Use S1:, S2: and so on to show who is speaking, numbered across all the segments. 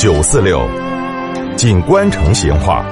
S1: 946，锦官城闲话。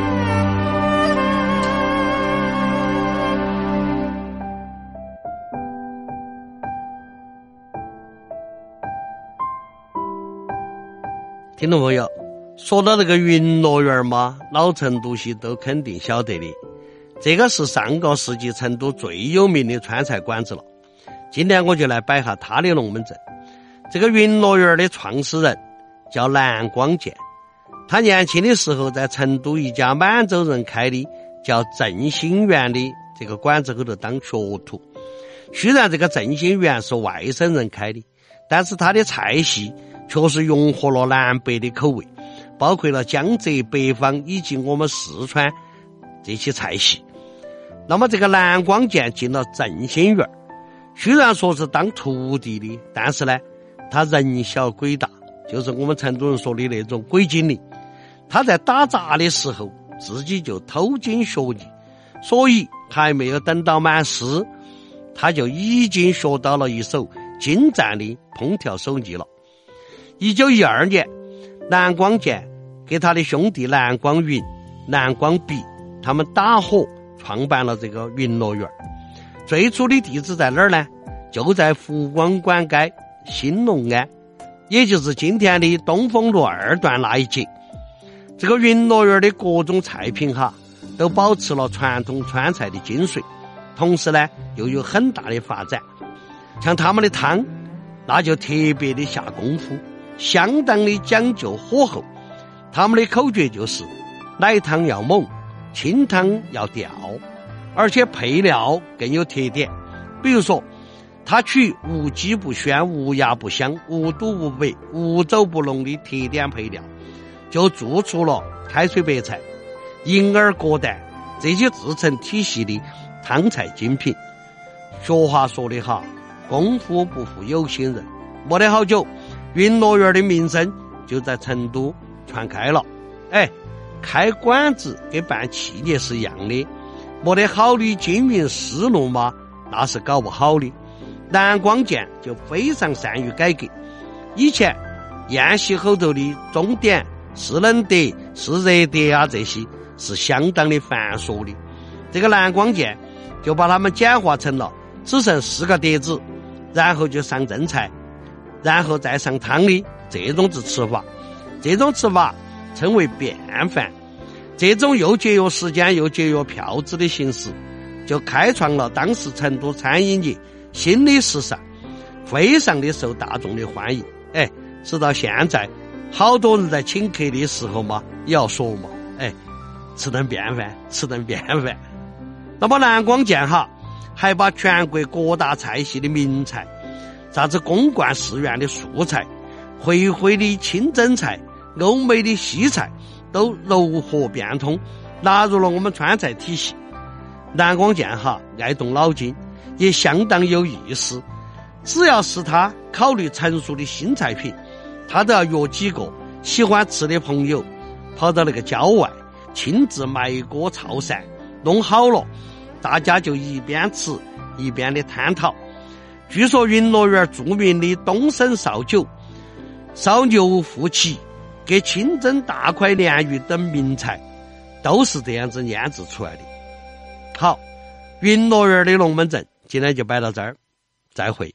S2: 听众朋友，说到这个云乐园嘛，老成都系都肯定晓得的，这个是上个世纪成都最有名的川菜馆子了。今天我就来摆下他的龙门阵。这个云乐园的创始人叫蓝光健，他年轻的时候在成都一家满洲人开的叫振兴园的这个馆子后头当学徒。虽然这个振兴园是外省人开的，但是他的菜系确实融合了南北的口味，包括了江浙北方以及我们四川这些菜系。那么这个蓝光健进了振兴园，虽然说是当徒弟的，但是呢他人小鬼大，就是我们成都人说的那种鬼精灵。他在打杂的时候自己就偷经学艺，所以还没有等到满师，他就已经学到了一手精湛的烹调手艺了。1912年，蓝光健给他的兄弟蓝光云、蓝光笔他们打伙创办了这个云乐园。最初的地址在哪儿呢？就在福光馆街新隆安，也就是今天的东风路2段那一节。这个云乐园的各种菜品都保持了传统川菜的精髓，同时呢又有很大的发展。像他们的汤那就特别的下功夫，相当的讲究火候。他们的口诀就是奶汤要猛，清汤要吊，而且配料更有特点。比如说他取无鸡不鲜、无鸭不香、无肚无白、无走不浓的特点配料，就做出了开水白菜、银耳果蛋这些自成体系的汤菜精品。俗话说的功夫不负有心人，没得好久，云乐园的名声就在成都传开了。开馆子跟办企业是一样的，没得好的经营思路嘛，那是搞不好的。蓝光健就非常善于改革，以前宴席后头的钟点、是冷得、是热得这些是相当的繁琐的，这个蓝光健就把它们简化成了只剩4个碟子，然后就上正菜，然后再上汤的这种吃法。这种吃法称为便饭，这种又节约时间又节约票子的形式，就开创了当时成都餐饮业新的时尚，非常的受大众的欢迎。直到现在好多人在请客的时候嘛也要说嘛，吃顿便饭，吃顿便饭。那么蓝光健还把全国各大菜系的名菜，啥子公馆寺院的素菜、回回的清真菜、欧美的西菜都糅合变通，纳入了我们川菜体系。蓝光健爱动脑筋，也相当有意思。只要是他考虑成熟的新菜品，他都要约几个喜欢吃的朋友跑到那个郊外，亲自埋锅炒散，弄好了大家就一边吃一边的探讨。据说云乐园著名的东升烧酒、烧牛腹鳍跟清蒸大块鲢鱼等名菜都是这样子腌制出来的。好，云乐园的龙门阵今天就摆到这儿，再会。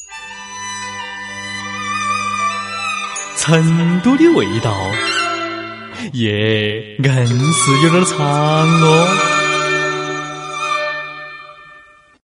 S3: 成都的味道，硬是有点长哦。